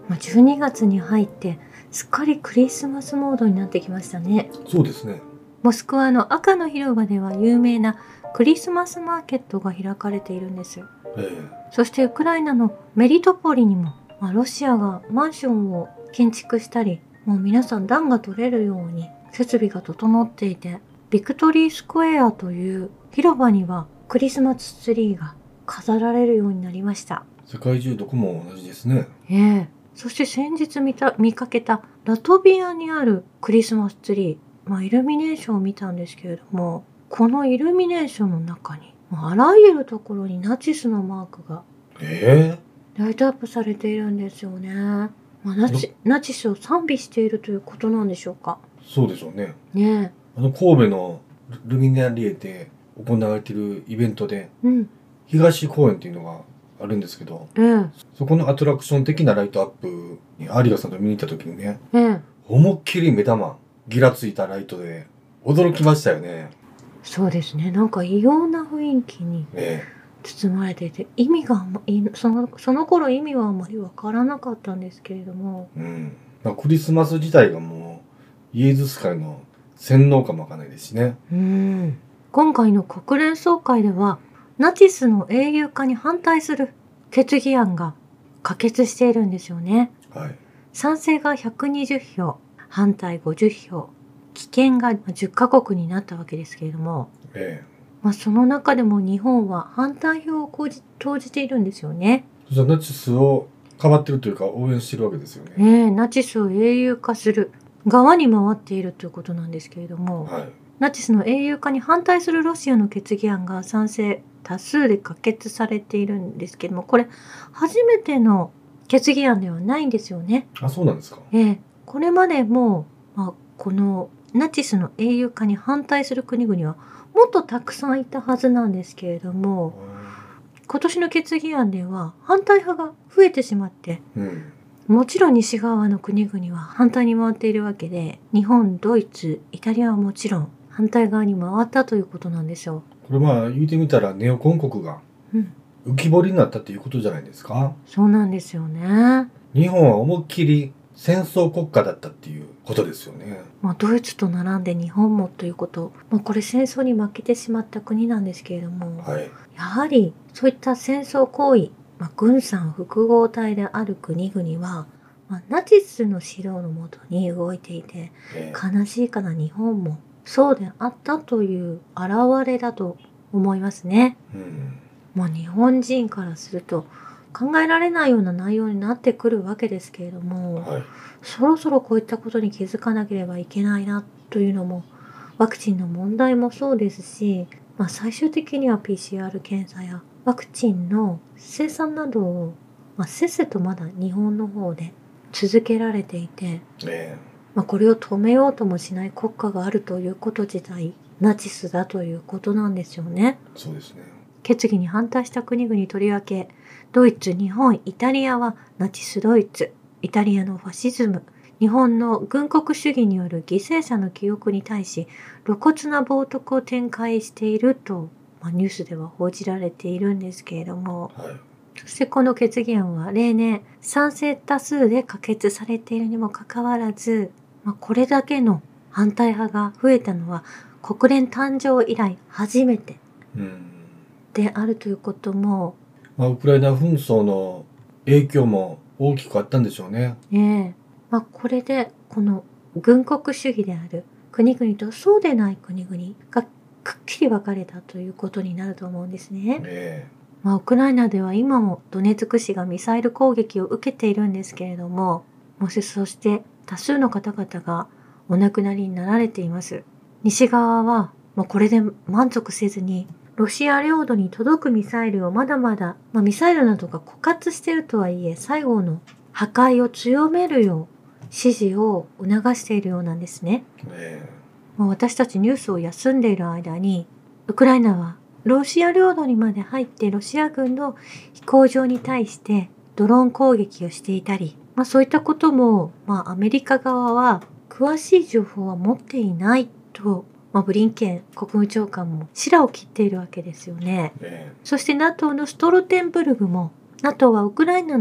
12月に入ってすっかりクリスマスモードになってきましたね。 そうですね。 モスクワの赤の広場では有名なクリスマスマーケットが開かれているんです。そしてウクライナのメリトポリにも、ロシアがマンションを建築したり、もう皆さん暖が取れるように設備が整っていて、ビクトリースクエアという広場にはクリスマスツリーが飾られるようになりました。 世界中どこも同じですね。 そして先日見かけたラトビアにあるクリスマスツリー、イルミネーションを見たんですけれども、このイルミネーションの中にあらゆるところにナチスのマークがライトアップされているんですよね。ナチスを賛美しているということなんでしょうか。 そうでしょうね。神戸のルミナリエで行われているイベントで、東公園っていうのがあるんですけど、そこのアトラクション的なライトアップに有賀さんと見に行った時にね、思いっきり目玉ギラついたライトで驚きましたよね。 そうですね。なんか異様な雰囲気に包まれていて、意味がその頃意味はあまりわからなかったんですけれども、 クリスマス自体がもうイエズス会の洗脳かもわかんないですしね。 今回の国連総会ではナチスの英雄化に反対する決議案が可決しているんですよね。賛成が120票、反対50票、棄権が10カ国になったわけですけれども、その中でも日本は反対票を投じているんですよね。 ナチスをかばってるというか応援してるわけですよね。 ナチスを英雄化する側に回っているということなんですけれども、ナチスの英雄化に反対するロシアの決議案が賛成多数で可決されているんですけども、これ初めての決議案ではないんですよね。 そうなんですか。 これまでも、このナチスの英雄化に反対する国々はもっとたくさんいたはずなんですけれども、今年の決議案では反対派が増えてしまって、もちろん西側の国々は反対に回っているわけで、日本、ドイツ、イタリアはもちろん反対側に回ったということなんですよ。 これ言うてみたらネオコン国が浮き彫りになったっていうことじゃないですか。 そうなんですよね。 日本は思いっきり戦争国家だったっていうことですよね。 ドイツと並んで日本もということ、これ戦争に負けてしまった国なんですけれども、やはりそういった戦争行為、軍産複合体である国々は、ナチスの指導のもとに動いていて、悲しいかな日本もそうであったという表れだと思いますね。日本人からすると考えられないような内容になってくるわけですけれども、そろそろこういったことに気づかなければいけないなというのも、ワクチンの問題もそうですし、最終的には PCR 検査やワクチンの生産などを、せっせとまだ日本の方で続けられていて、これを止めようともしない国家があるということ自体ナチスだということなんですよね。 そうですね。 決議に反対した国々とりわけドイツ、日本、イタリアはナチスドイツ、イタリアのファシズム、日本の軍国主義による犠牲者の記憶に対し露骨な冒涜を展開していると、ニュースでは報じられているんですけれども、そしてこの決議案は例年賛成多数で可決されているにもかかわらず、これだけの反対派が増えたのは国連誕生以来初めてであるということも、 ウクライナ紛争の影響も大きくあったんでしょうね。 これでこの軍国主義である国々とそうでない国々がくっきり分かれたということになると思うんですね。ウクライナでは今もドネツク市がミサイル攻撃を受けているんですけれども、そして多数の方々がお亡くなりになられています。西側はこれで満足せずにロシア領土に届くミサイルをまだまだ、ミサイルなどが枯渇しているとはいえ最後の破壊を強めるよう指示を促しているようなんですね。私たちニュースを休んでいる間にウクライナはロシア領土にまで入ってロシア軍の飛行場に対してドローン攻撃をしていたり、そういったことも、アメリカ側は詳しい情報は持っていないと、ブリンケン国務長官も白を切っているわけですよね。そして NATO のストルテンブルグも NATO はウクライナの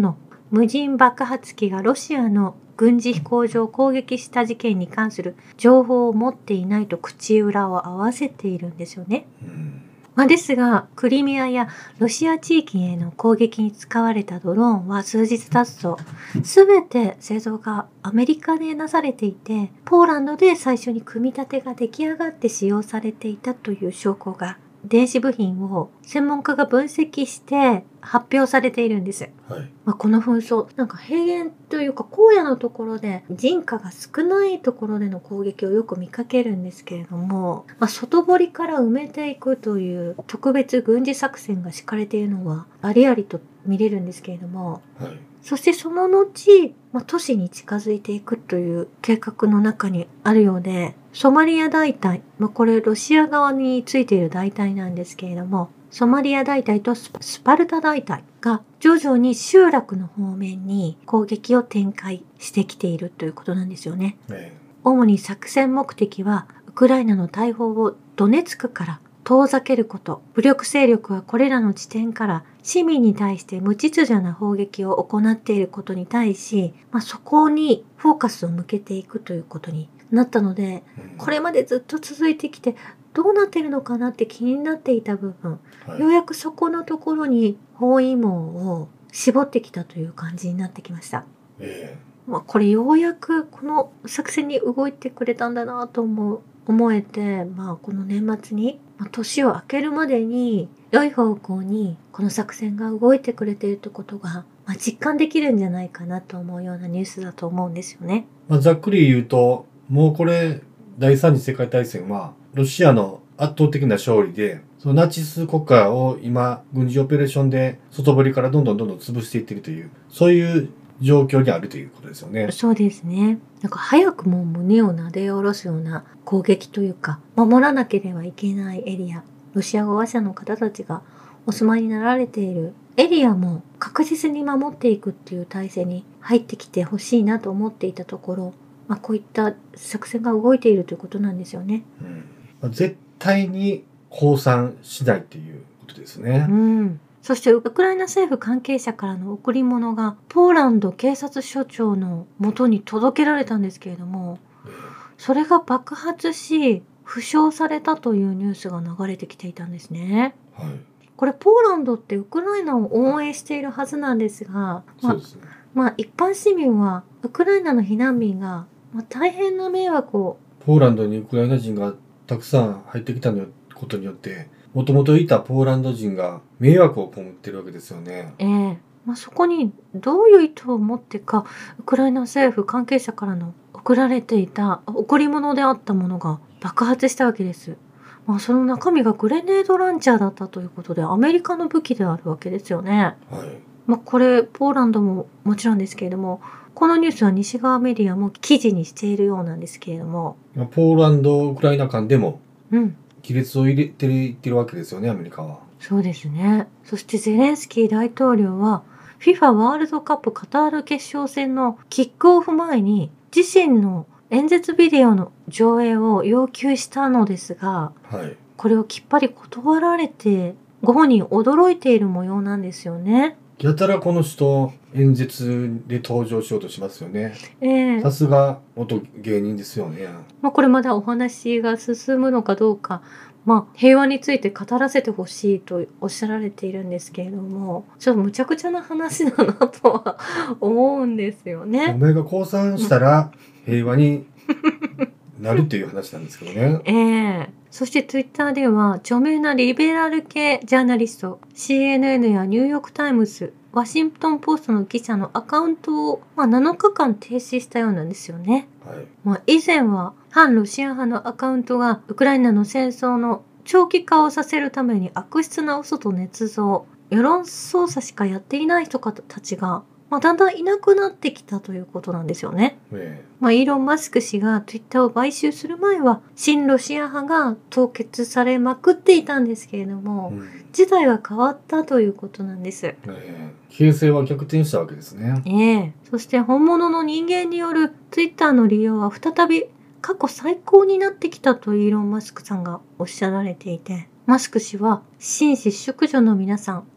無人爆発機がロシアの軍事飛行場を攻撃した事件に関する情報を持っていないと口裏を合わせているんですよね。ですが、クリミアやロシア地域への攻撃に使われたドローンは数日経つと、すべて製造がアメリカでなされていて、ポーランドで最初に組み立てが出来上がって使用されていたという証拠が、電子部品を専門家が分析して発表されているんです。 はい。 この紛争、なんか平原というか荒野のところで人家が少ないところでの攻撃をよく見かけるんですけれども、外堀から埋めていくという特別軍事作戦が敷かれているのはありありと見れるんですけれども、 はい。 そしてその後、都市に近づいていくという計画の中にあるようで、ソマリア大隊、これロシア側についている大隊なんですけれども、ソマリア大隊とスパルタ大隊が徐々に集落の方面に攻撃を展開してきているということなんですよね。主に作戦目的は、ウクライナの大砲をドネツクから遠ざけること。武力勢力はこれらの地点から市民に対して無秩序な砲撃を行っていることに対し、そこにフォーカスを向けていくということになったので、これまでずっと続いてきてどうなってるのかなって気になっていた部分、ようやくそこのところに包囲網を絞ってきたという感じになってきました。これようやくこの作戦に動いてくれたんだなと思えて、この年末に、年を明けるまでに良い方向にこの作戦が動いてくれているということが、実感できるんじゃないかなと思うようなニュースだと思うんですよね。 ざっくり言うと、もうこれ第三次世界大戦はロシアの圧倒的な勝利で、そのナチス国家を今軍事オペレーションで外堀からどんどん潰していっているという、そういう状況にあるということですよね。 そうですね。なんか早くも胸をなで下ろすような攻撃というか、守らなければいけないエリア、ロシア語話者の方たちがお住まいになられているエリアも確実に守っていくっていう体制に入ってきてほしいなと思っていたところ、こういった作戦が動いているということなんですよね。 絶対に降参しないっていうことですね。 そしてウクライナ政府関係者からの贈り物がポーランド警察署長の元に届けられたんですけれども、それが爆発し負傷されたというニュースが流れてきていたんですね。これポーランドってウクライナを応援しているはずなんですが、 そうですね。 一般市民はウクライナの避難民が大変な迷惑を、 ポーランドにウクライナ人がたくさん入ってきたことによって、もともといたポーランド人が迷惑を被ってるわけですよね。 そこにどういう意図を持ってか、ウクライナ政府関係者からの送られていた贈り物であったものが爆発したわけです。その中身がグレネードランチャーだったということで、アメリカの武器であるわけですよね。これポーランドももちろんですけれども、このニュースは西側メディアも記事にしているようなんですけれども、 ポーランドウクライナ間でも亀裂を入れていってるわけですよね、アメリカは。 そうですね。そしてゼレンスキー大統領は FIFA ワールドカップカタール決勝戦のキックオフ前に自身の演説ビデオの上映を要求したのですが、これをきっぱり断られて、ご本人驚いている模様なんですよね。 やたらこの人演説で登場しようとしますよね。さすが元芸人ですよね。 これまだお話が進むのかどうか、平和について語らせてほしいとおっしゃられているんですけれども、ちょっとむちゃくちゃな話だなとは思うんですよね。 お前が降参したら平和になるっていう話なんですけどね。 そしてツイッターでは著名なリベラル系ジャーナリスト CNN やニューヨークタイムズ、ワシントンポストの記者のアカウントを、7日間停止したようなんですよね。以前は反ロシア派のアカウントがウクライナの戦争の長期化をさせるために悪質な嘘と捏造、世論操作しかやっていない人たちが、だんだんいなくなってきたということなんですよね。イーロン・マスク氏がツイッターを買収する前は親ロシア派が凍結されまくっていたんですけれども、事態は変わったということなんです。 形勢は逆転したわけですね。 そして本物の人間によるツイッターの利用は再び過去最高になってきたとイーロン・マスクさんがおっしゃられていて、マスク氏は紳士淑女の皆さん、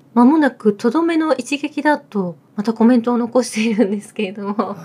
間もなくとどめの一撃だとまたコメントを残しているんですけれども、はい、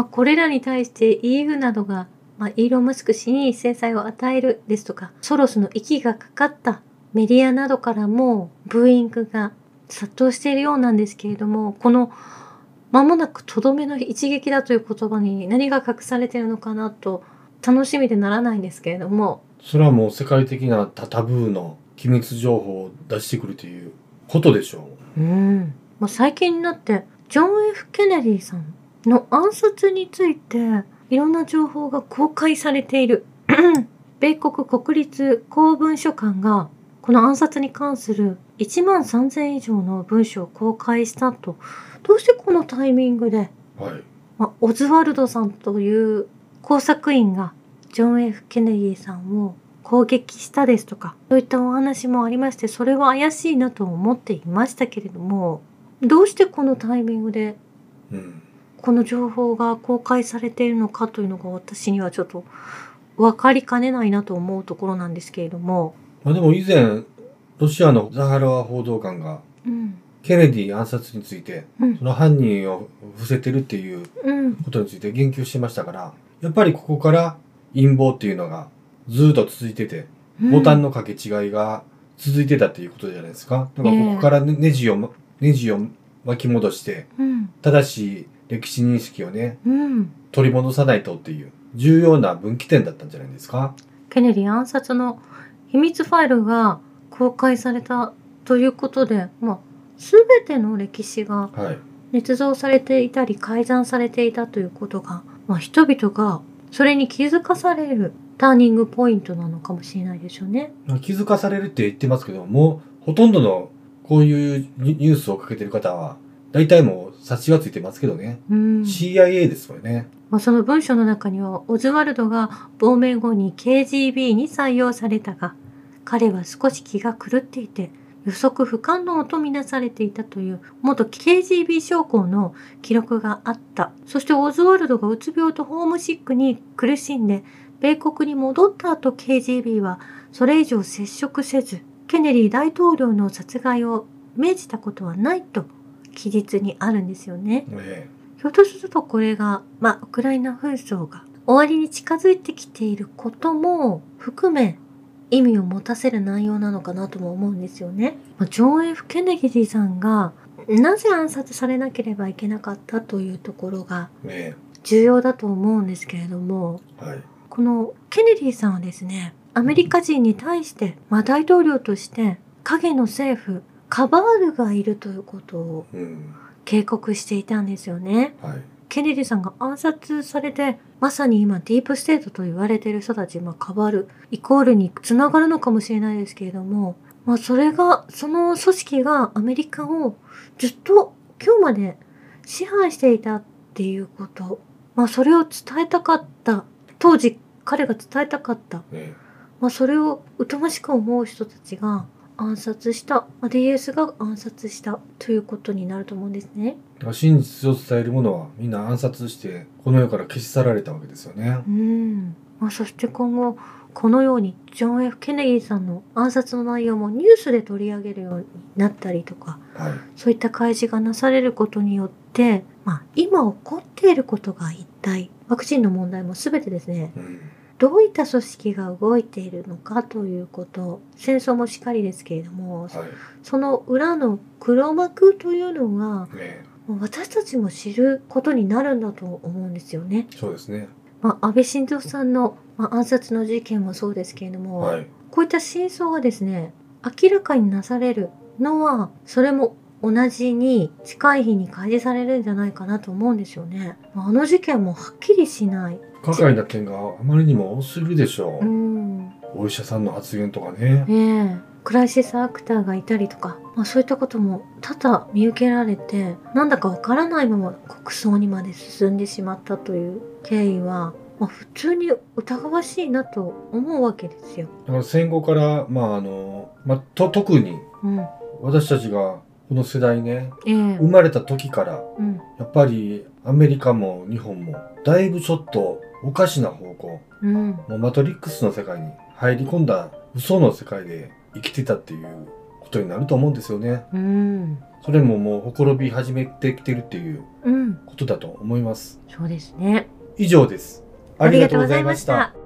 これらに対して EU などが、イーロン・マスク氏に制裁を与えるですとか、ソロスの息がかかったメディアなどからもブーイングが殺到しているようなんですけれども、この間もなくとどめの一撃だという言葉に何が隠されているのかなと楽しみでならないんですけれども、 それはもう世界的なタブーの機密情報を出してくるということでしょう。最近になってジョン・ F ・ケネディさんの暗殺についていろんな情報が公開されている米国国立公文書館がこの暗殺に関する1万3000以上の文書を公開したと。どうしてこのタイミングで、オズワルドさんという工作員がジョン・ F ・ケネディさんを攻撃したですとか、そういったお話もありまして、それは怪しいなと思っていましたけれども、どうしてこのタイミングでこの情報が公開されているのかというのが私にはちょっと分かりかねないなと思うところなんですけれども。 でも以前ロシアのザハロワ報道官が、ケネディ暗殺について、その犯人を伏せてるっていうことについて言及してましたから、やっぱりここから陰謀っていうのがずっと続いてて、ボタンの掛け違いが続いてたっていうことじゃないですか。だからここからネジを巻き戻して、正しい歴史認識をね、取り戻さないとっていう重要な分岐点だったんじゃないですか。 ケネディ暗殺の秘密ファイルが公開されたということで、全ての歴史が捏造されていたり改ざんされていたということが、人々がそれに気づかされるターニングポイントなのかもしれないですよね。 気づかされるって言ってますけども、ほとんどのこういうニュースをかけてる方は大体もう察しがついてますけどね。CIA ですよね。 その文章の中には、オズワルドが亡命後に KGB に採用されたが、彼は少し気が狂っていて予測不可能とみなされていたという元 KGB 将校の記録があった。そしてオズワルドがうつ病とホームシックに苦しんで米国に戻った後、 KGB はそれ以上接触せずケネディ大統領の殺害を命じたことはないと記述にあるんですよね。ひょっとするとこれが、ウクライナ紛争が終わりに近づいてきていることも含め意味を持たせる内容なのかなとも思うんですよね。ジョン・ F ・ケネディさんがなぜ暗殺されなければいけなかったというところが重要だと思うんですけれども、このケネディさんはですね、アメリカ人に対して、大統領として影の政府カバールがいるということを警告していたんですよね。ケネディさんが暗殺されて、まさに今ディープステートと言われている人たち、カバルイコールにつながるのかもしれないですけれども、その組織がアメリカをずっと今日まで支配していたっていうこと、それを伝えたかった、当時彼が伝えたかった、それを疎ましく思う人たちが暗殺した、DS が暗殺したということになると思うんですね。 真実を伝えるものはみんな暗殺してこの世から消し去られたわけですよね。 そして今後このようにジョン・ F ・ケネディさんの暗殺の内容もニュースで取り上げるようになったりとか、そういった開示がなされることによって、今起こっていることが一体ワクチンの問題も全てですね、どういった組織が動いているのかということ、戦争もしかりですけれども、その裏の黒幕というのが、私たちも知ることになるんだと思うんですよね。 そうですね。 安倍晋三さんの、暗殺の事件もそうですけれども、こういった真相がですね、明らかになされるのは、それも同じに近い日に開示されるんじゃないかなと思うんですよね。あの事件もはっきりしない。 不可解な点があまりにも多すぎるでしょう。お医者さんの発言とかね。 クライシスアクターがいたりとか、そういったことも多々見受けられて、なんだかわからないまま国葬にまで進んでしまったという経緯は、普通に疑わしいなと思うわけですよ。 だから戦後から、特に、私たちがこの世代ね、生まれた時から、やっぱりアメリカも日本もだいぶちょっとおかしな方向、もうマトリックスの世界に入り込んだ嘘の世界で生きてたっていうこことになると思うんですよね。 うん、 それももうほころび始めてきてるっていうことだと思います。 そうですね。 以上です。ありがとうございました。